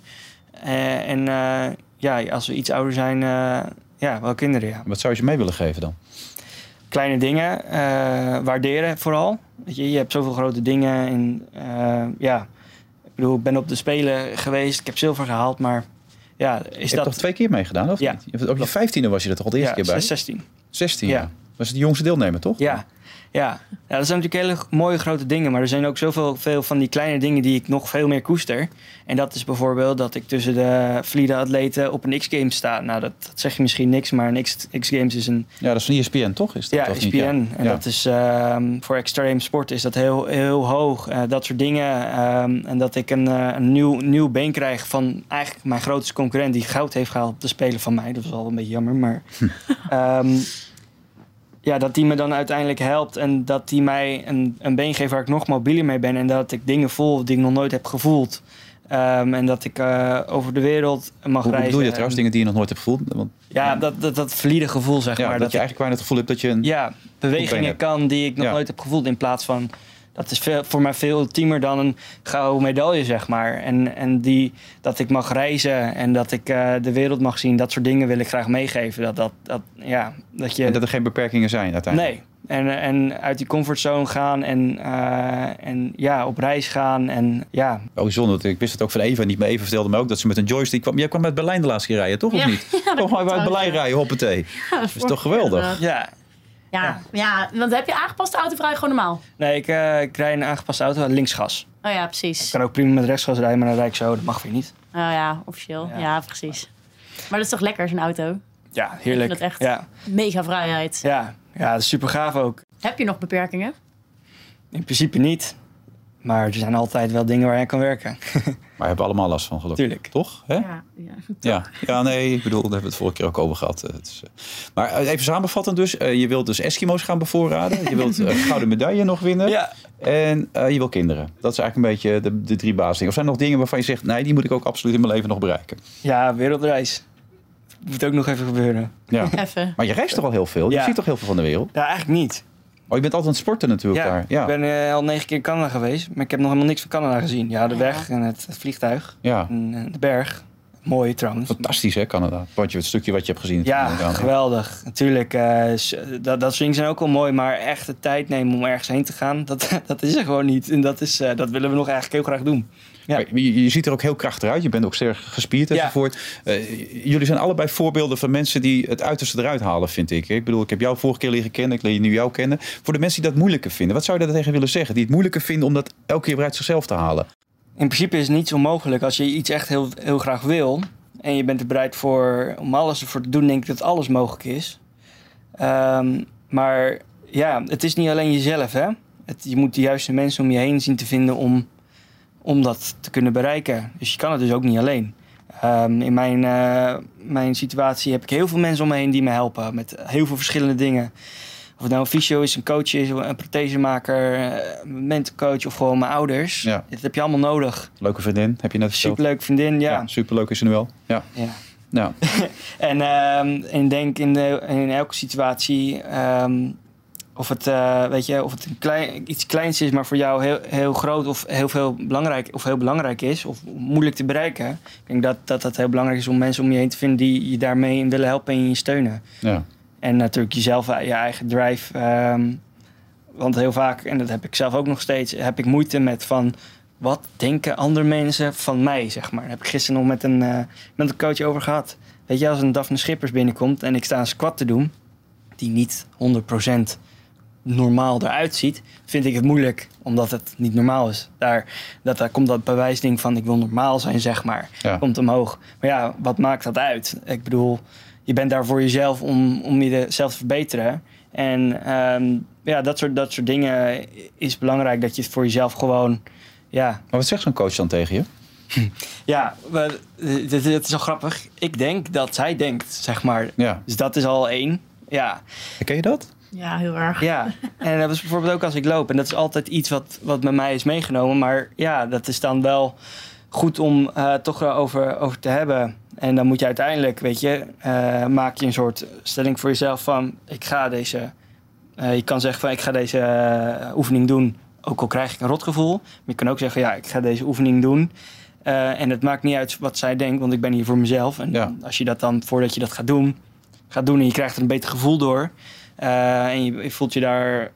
Als we iets ouder zijn, wel kinderen, ja. Wat zou je mee willen geven dan? Kleine dingen, waarderen vooral. Weet je hebt zoveel grote dingen. En, ik bedoel, ik ben op de Spelen geweest. Ik heb zilver gehaald, maar je hebt toch 2 keer meegedaan, of niet? Op je 15e was je er toch al de eerste keer bij? 16. 16, ja. Was het de jongste deelnemer, toch? Ja, dat zijn natuurlijk hele mooie grote dingen. Maar er zijn ook veel van die kleine dingen die ik nog veel meer koester. En dat is bijvoorbeeld dat ik tussen de valide atleten op een X-Games sta. Nou, dat zeg je misschien niks, maar een X-Games is een... Ja, dat is van ESPN, toch? Is dat ESPN. Niet? En dat is voor extreme sport is dat heel, heel hoog. Dat soort dingen. En dat ik een nieuw been krijg van eigenlijk mijn grootste concurrent die goud heeft gehaald op de Spelen van mij. Dat was wel een beetje jammer, maar... dat die me dan uiteindelijk helpt en dat die mij een been geeft waar ik nog mobieler mee ben en dat ik dingen voel die ik nog nooit heb gevoeld. En dat ik over de wereld mag reizen. Hoe bedoel je trouwens, dingen die je nog nooit hebt gevoeld? Want, dat valide gevoel, zeg maar. Dat je eigenlijk bijna het gevoel hebt dat je bewegingen kan die ik nog nooit heb gevoeld in plaats van... Dat is voor mij veel ultiemer dan een gouden medaille, zeg maar. En dat ik mag reizen en dat ik de wereld mag zien. Dat soort dingen wil ik graag meegeven. Dat je... En dat er geen beperkingen zijn uiteindelijk. Nee. En uit die comfortzone gaan en op reis gaan. En, ja. Oh, bijzonder. Ik wist het ook van Eva niet. Maar Eva vertelde me ook dat ze met een joystick kwam. Jij kwam met Berlijn de laatste keer rijden, toch? Of niet? Toch maar uit Berlijn rijden, hoppatee. Dat is toch geweldig? Ja, want heb je aangepaste auto vrij gewoon normaal? Nee, ik rij een aangepaste auto, linksgas. Oh ja, precies. Ik kan ook prima met rechtsgas rijden, maar dan rijd ik zo. Dat mag weer niet. Oh ja, officieel. Ja, precies. Maar dat is toch lekker, zo'n auto? Ja, heerlijk. Ik vind het echt mega vrijheid. Ja, dat is super gaaf ook. Heb je nog beperkingen? In principe niet. Maar er zijn altijd wel dingen waar je aan kan werken. Maar hebben allemaal last van, gelukkig. Tuurlijk. Toch? Hè? Ja, nee, ik bedoel, daar hebben we het vorige keer ook over gehad. Maar even samenvattend dus. Je wilt dus Eskimo's gaan bevoorraden. Je wilt gouden medaille nog winnen. Ja. En je wil kinderen. Dat is eigenlijk een beetje de 3 basisdingen. Of zijn er nog dingen waarvan je zegt, nee, die moet ik ook absoluut in mijn leven nog bereiken? Ja, wereldreis. Moet ook nog even gebeuren. Ja. Even. Maar je reist toch al heel veel? Je ziet toch heel veel van de wereld? Ja, eigenlijk niet. Oh, je bent altijd aan het sporten natuurlijk daar. Ja. Ik ben al 9 keer in Canada geweest. Maar ik heb nog helemaal niks van Canada gezien. Ja, de weg en het vliegtuig. Ja. En de berg. Mooi trouwens. Fantastisch hè, Canada. Het stukje wat je hebt gezien. Ja, geweldig. Natuurlijk, dat soort dingen zijn ook wel mooi. Maar echt de tijd nemen om ergens heen te gaan, dat is er gewoon niet. En dat willen we nog eigenlijk heel graag doen. Ja. Je ziet er ook heel krachtig uit. Je bent ook sterk gespierd enzovoort. Jullie zijn allebei voorbeelden van mensen die het uiterste eruit halen, vind ik. Ik bedoel, ik heb jou vorige keer leren kennen. Ik leer nu jou kennen. Voor de mensen die dat moeilijker vinden. Wat zou je daar tegen willen zeggen? Die het moeilijker vinden om dat elke keer weer uit zichzelf te halen? In principe is het niet zo mogelijk. Als je iets echt heel, heel graag wil en je bent er bereid om alles ervoor te doen, denk ik dat alles mogelijk is. Maar ja, het is niet alleen jezelf, hè? Je moet de juiste mensen om je heen zien te vinden om dat te kunnen bereiken. Dus je kan het dus ook niet alleen. In mijn situatie heb ik heel veel mensen om me heen die me helpen met heel veel verschillende dingen. Of het nou een fysio is, een coach is, een prothesemaker, een mentorcoach of gewoon mijn ouders. Ja. Dat heb je allemaal nodig. Leuke vriendin, heb je net verteld. Superleuke vriendin, ja. Superleuk is ze nu wel. Ja. En ik denk in elke situatie, of het iets kleins is, maar voor jou heel, heel groot of heel belangrijk is, of moeilijk te bereiken. Ik denk dat heel belangrijk is om mensen om je heen te vinden die je daarmee in willen helpen en je steunen. Ja. En natuurlijk jezelf, je eigen drive. Want heel vaak, en dat heb ik zelf ook nog steeds, heb ik moeite met van wat denken andere mensen van mij, zeg maar. Daar heb ik gisteren nog met een coach over gehad. Weet je, als een Daphne Schippers binnenkomt en ik sta een squat te doen, die niet 100% normaal eruit ziet, vind ik het moeilijk, omdat het niet normaal is. Daar komt dat bewijsding van ik wil normaal zijn, zeg maar. Ja. Komt omhoog. Maar ja, wat maakt dat uit? Ik bedoel, je bent daar voor jezelf om jezelf te verbeteren. En dat soort dingen is belangrijk, dat je het voor jezelf gewoon... Ja. Maar wat zegt zo'n coach dan tegen je? Ja, het is wel grappig. Ik denk dat zij denkt, zeg maar. Ja. Dus dat is al 1. Ja. Ken je dat? Ja, heel erg. Ja, en dat is bijvoorbeeld ook als ik loop. En dat is altijd iets wat met mij is meegenomen. Maar ja, dat is dan wel goed om toch over te hebben. En dan moet je uiteindelijk, weet je, maak je een soort stelling voor jezelf van... je kan zeggen van ik ga deze oefening doen, ook al krijg ik een rotgevoel. Maar je kan ook zeggen, ja, ik ga deze oefening doen. En het maakt niet uit wat zij denkt, want ik ben hier voor mezelf. En als je dat dan, voordat je dat gaat doen en je krijgt er een beter gevoel door... en je voelt je daar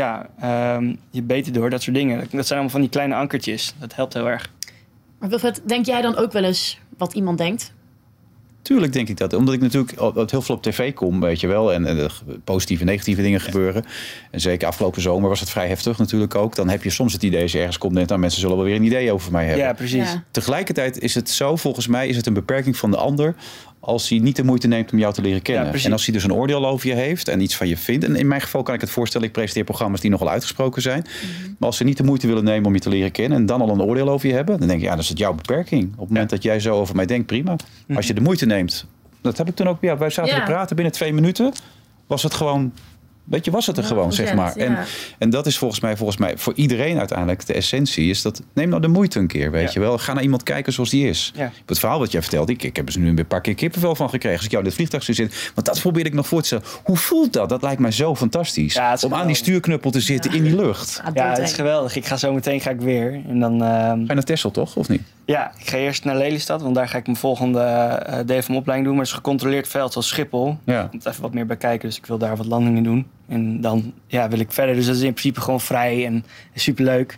je beter door, dat soort dingen. Dat zijn allemaal van die kleine ankertjes. Dat helpt heel erg. Maar Wilfred, denk jij dan ook wel eens wat iemand denkt? Tuurlijk denk ik dat. Omdat ik natuurlijk heel veel op tv kom, weet je wel. En positieve en negatieve dingen gebeuren. En zeker afgelopen zomer was het vrij heftig natuurlijk ook. Dan heb je soms het idee, als je ergens komt, net mensen zullen wel weer een idee over mij hebben. Ja, precies. Ja. Tegelijkertijd is het zo, volgens mij is het een beperking van de ander... als hij niet de moeite neemt om jou te leren kennen. Ja, en als hij dus een oordeel over je heeft en iets van je vindt... en in mijn geval kan ik het voorstellen, ik presenteer programma's die nogal uitgesproken zijn... Mm-hmm. Maar als ze niet de moeite willen nemen om je te leren kennen... en dan al een oordeel over je hebben... dan denk ik, ja, dat is het jouw beperking. Op het moment dat jij zo over mij denkt, prima. Mm-hmm. Als je de moeite neemt... dat heb ik toen ook... Ja, wij zaten te praten binnen 2 minuten... was het gewoon... Weet je, was het er gewoon, zeg maar. Ja. En dat is volgens mij voor iedereen uiteindelijk de essentie. Is dat, neem nou de moeite een keer, weet je wel. Ga naar iemand kijken zoals die is. Ja. Het verhaal wat jij vertelt, ik heb er nu een paar keer kippenvel van gekregen. Als ik jou in het vliegtuig zit. Want dat probeer ik nog voor te stellen. Hoe voelt dat? Dat lijkt mij zo fantastisch. Ja, om aan die stuurknuppel te zitten in die lucht. Ja, het is geweldig. Ik ga zo meteen weer. En dan, Ga je naar Texel, toch? Of niet? Ja, ik ga eerst naar Lelystad. Want daar ga ik mijn volgende DFM-opleiding doen. Maar het is een gecontroleerd veld zoals Schiphol. Ja. Ik moet even wat meer bij kijken. Dus ik wil daar wat landingen doen. En dan wil ik verder. Dus dat is in principe gewoon vrij en superleuk.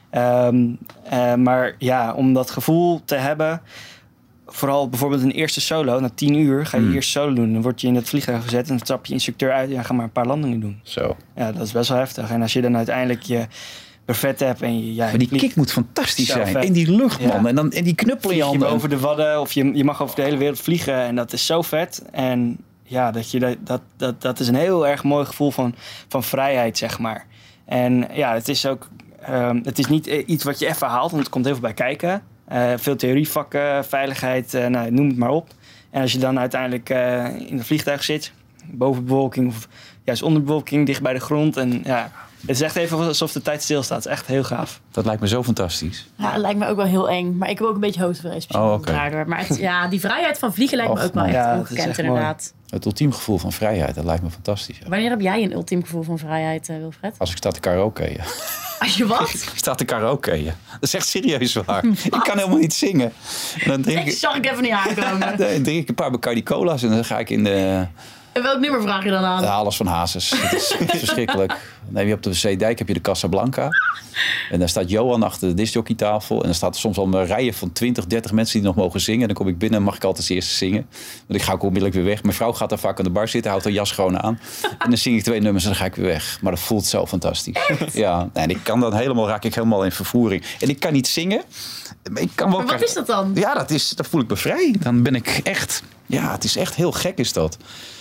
Maar ja, om dat gevoel te hebben... Vooral bijvoorbeeld een eerste solo. Na 10 uur ga je eerst solo doen. Dan word je in het vliegtuig gezet en dan trap je instructeur uit. Ja, ga maar een paar landingen doen. Zo. Ja, dat is best wel heftig. En als je dan uiteindelijk je buffet hebt en maar die kick moet fantastisch zijn. In die lucht, man. Ja. En die knuppel in je handen. Over de wadden of je mag over de hele wereld vliegen. En dat is zo vet. En... ja, dat is een heel erg mooi gevoel van vrijheid, zeg maar. En ja, het is ook... het is niet iets wat je even haalt, want het komt heel veel bij kijken. Veel theorievakken, veiligheid, noem het maar op. En als je dan uiteindelijk in een vliegtuig zit, boven bewolking of juist onder bewolking, dicht bij de grond. En ja, het is echt even alsof de tijd stilstaat. Het is echt heel gaaf. Dat lijkt me zo fantastisch. Ja, het lijkt me ook wel heel eng. Maar ik heb ook een beetje hoogtevrees. Okay. Maar die vrijheid van vliegen lijkt me ook wel echt ongekend inderdaad. Het ultiem gevoel van vrijheid, dat lijkt me fantastisch. Ja. Wanneer heb jij een ultiem gevoel van vrijheid, Wilfred? Als ik sta te karaokeën. Als je wat? Ik sta te karaokeën. Dat is echt serieus waar. Ik kan helemaal niet zingen. En dan drink ik zag ik even niet aankomen. Dan drink ik een paar Bacardi Cola's en dan ga ik in de... En welk nummer vraag je dan aan? Ja, alles van Hazes. Het is verschrikkelijk. Dan heb je op de Zeedijk heb je de Casablanca. En daar staat Johan achter de discjockeytafel. En dan staat er soms al een rijen van 20, 30 mensen die nog mogen zingen. En dan kom ik binnen en mag ik altijd als eerste zingen. Want ik ga ook onmiddellijk weer weg. Mijn vrouw gaat daar vaak aan de bar zitten, houdt haar jas gewoon aan. En dan zing ik 2 nummers en dan ga ik weer weg. Maar dat voelt zo fantastisch. Echt? Ja, en ik kan dan raak ik helemaal in vervoering. En ik kan niet zingen. Maar ik kan wel. Maar wat is dat dan? Ja, dat voel ik me vrij. Dan ben ik echt... Ja, het is echt heel gek is dat.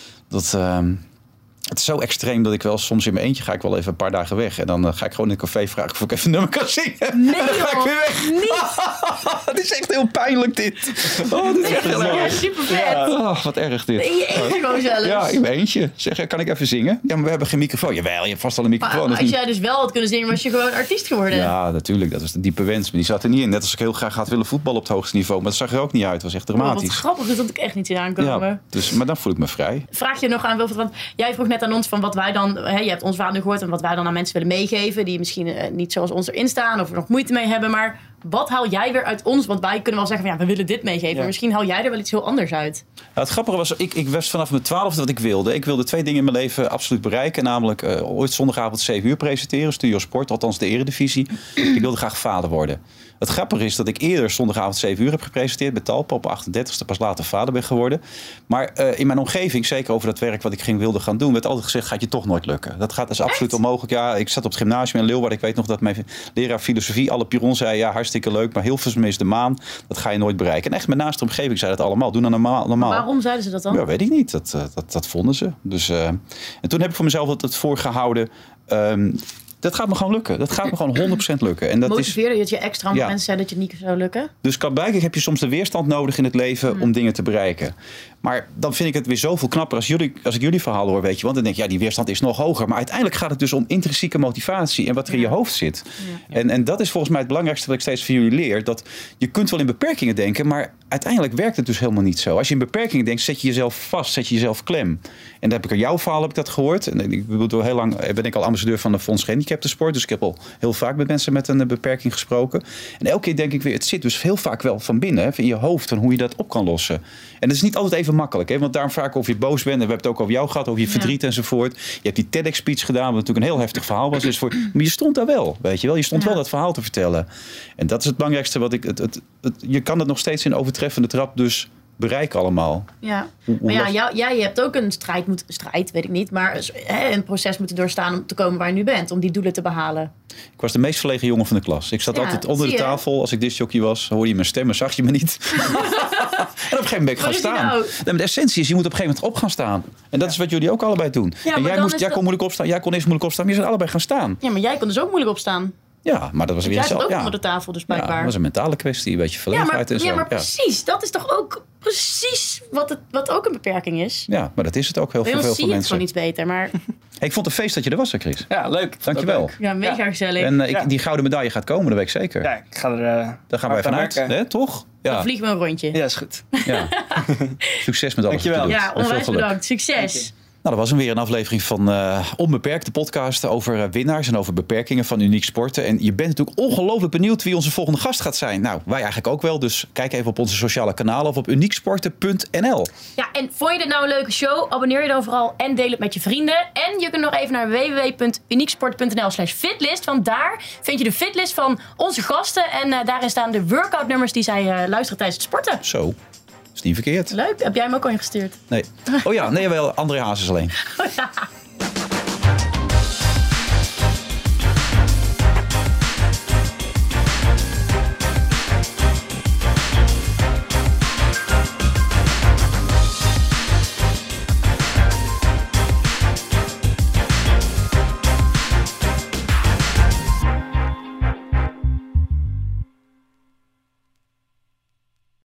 Het is zo extreem dat ik wel soms in mijn eentje ga ik wel even een paar dagen weg. En dan ga ik gewoon in een café vragen of ik even een nummer kan zingen. Nee, en dan ga ik weer weg. Niet. Het is echt heel pijnlijk dit. Oh, dit is echt heel Ja, super vet. Ja. Oh, wat erg dit. In je eentje gewoon zelfs. Ja, in mijn eentje. Zeg, kan ik even zingen? Ja, maar we hebben geen microfoon. Jawel, je hebt vast al een microfoon. Maar als jij dus wel had kunnen zingen, was je gewoon artiest geworden. Ja, natuurlijk. Dat was de diepe wens. Maar die zat er niet in. Net als ik heel graag had willen voetballen op het hoogste niveau. Maar dat zag er ook niet uit. Het was echt dramatisch. Wat grappig, dat had ik echt niet zien aankomen. Ja, dus, maar dan voel ik me vrij. Vraag je nog aan Wilfred, want jij vroeg net aan ons van wat wij dan... je hebt ons verhaal nu gehoord en wat wij dan aan mensen willen meegeven... die misschien niet zoals ons erin staan of er nog moeite mee hebben. Maar wat haal jij weer uit ons? Want wij kunnen wel zeggen van we willen dit meegeven. Maar misschien haal jij er wel iets heel anders uit. Nou, het grappige was, ik wist vanaf mijn 12e wat ik wilde. Ik wilde 2 dingen in mijn leven absoluut bereiken. Namelijk ooit zondagavond 7 uur presenteren. Studio Sport, althans de Eredivisie. Ik wilde graag vader worden. Het grappige is dat ik eerder zondagavond 7 uur heb gepresenteerd bij Talpa op 38e, pas later vader ben geworden. Maar in mijn omgeving, zeker over dat werk wat ik wilde gaan doen, werd altijd gezegd, gaat je toch nooit lukken. Dat is absoluut onmogelijk. Ja, ik zat op het gymnasium in Leeuwarden. Ik weet nog dat mijn leraar filosofie, alle piron, zei, ja, hartstikke leuk, maar Hilversum is de maan. Dat ga je nooit bereiken. En echt mijn naaste omgeving zei dat allemaal. Doe dan normaal. Waarom zeiden ze dat dan? Ja, weet ik niet. Dat vonden ze. Dus, en toen heb ik voor mezelf het voorgehouden. Dat gaat me gewoon lukken. Dat gaat me gewoon 100% lukken. En dat motiveerde je het je extra omdat mensen zeiden dat je het niet zou lukken? Dus blijkbaar heb je soms de weerstand nodig in het leven om dingen te bereiken. Maar dan vind ik het weer zoveel knapper als ik jullie verhalen hoor, weet je. Want dan denk je, ja, die weerstand is nog hoger. Maar uiteindelijk gaat het dus om intrinsieke motivatie en wat er in je hoofd zit. Ja. En dat is volgens mij het belangrijkste wat ik steeds van jullie leer. Dat je kunt wel in beperkingen denken, maar uiteindelijk werkt het dus helemaal niet zo. Als je in beperkingen denkt, zet je jezelf vast, zet je jezelf klem. En dan heb ik in jouw verhaal heb ik dat gehoord. En ik bedoel, heel lang ben ik al ambassadeur van de Fonds Gehandicaptensport. Dus ik heb al heel vaak met mensen met een beperking gesproken. En elke keer denk ik weer, het zit dus heel vaak wel van binnen, hè, in je hoofd, en hoe je dat op kan lossen. En dat is niet altijd even makkelijk, hè, want daarom vaak of je boos bent, en we hebben het ook over jou gehad, over je verdriet enzovoort. Je hebt die TEDx-speech gedaan, wat natuurlijk een heel heftig verhaal was. Dus maar je stond daar wel, weet je wel. Je stond wel dat verhaal te vertellen. En dat is het belangrijkste wat ik... je kan het nog steeds in overtreffende trap dus bereiken allemaal. Ja, maar ja, jij hebt ook een strijd, weet ik niet, maar een proces moeten doorstaan om te komen waar je nu bent, om die doelen te behalen. Ik was de meest verlegen jongen van de klas. Ik zat altijd onder de tafel. Als ik discjockey was, hoorde je mijn stemmen, zag je me niet. En op een gegeven moment ben ik gaan staan. Nou? De essentie is, je moet op een gegeven moment op gaan staan. En dat is wat jullie ook allebei doen. Ja, en jij kon moeilijk opstaan, jij kon eerst moeilijk opstaan, maar je zijn allebei gaan staan. Ja, maar jij kon dus ook moeilijk opstaan. Ja, maar dat was weer jij zat ook onder de tafel, dus blijkbaar. Ja, dat was een mentale kwestie, een beetje verlegenheid en zo. Ja, maar precies. Dat is toch ook precies wat ook een beperking is. Ja, maar dat is het ook heel veel mensen. Zie je het gewoon iets beter, maar... Hey, ik vond het een feest dat je er was, hè, Chris. Ja, leuk. Dankjewel. Ja, mega gezellig. En die gouden medaille gaat komen, dat weet ik zeker. Ja, ik ga er... Daar gaan wij vanuit, hè, toch? Ja. Dan vliegen we een rondje. Ja, is goed. Ja. Succes met alles. Dankjewel. Ja, onwijs bedankt. Succes. Nou, dat was weer een aflevering van Onbeperkt, de podcast over winnaars en over beperkingen van uniek sporten. En je bent natuurlijk ongelooflijk benieuwd wie onze volgende gast gaat zijn. Nou, wij eigenlijk ook wel, dus kijk even op onze sociale kanalen of op unieksporten.nl. Ja, en vond je dit nou een leuke show? Abonneer je dan vooral en deel het met je vrienden. En je kunt nog even naar www.unieksport.nl/fitlist, want daar vind je de fitlist van onze gasten. En daarin staan de workoutnummers die zij luisteren tijdens het sporten. Zo. Is niet verkeerd. Leuk. Heb jij hem ook al ingestuurd? Nee. Oh ja, nee, wel André Hazes alleen. Oh ja.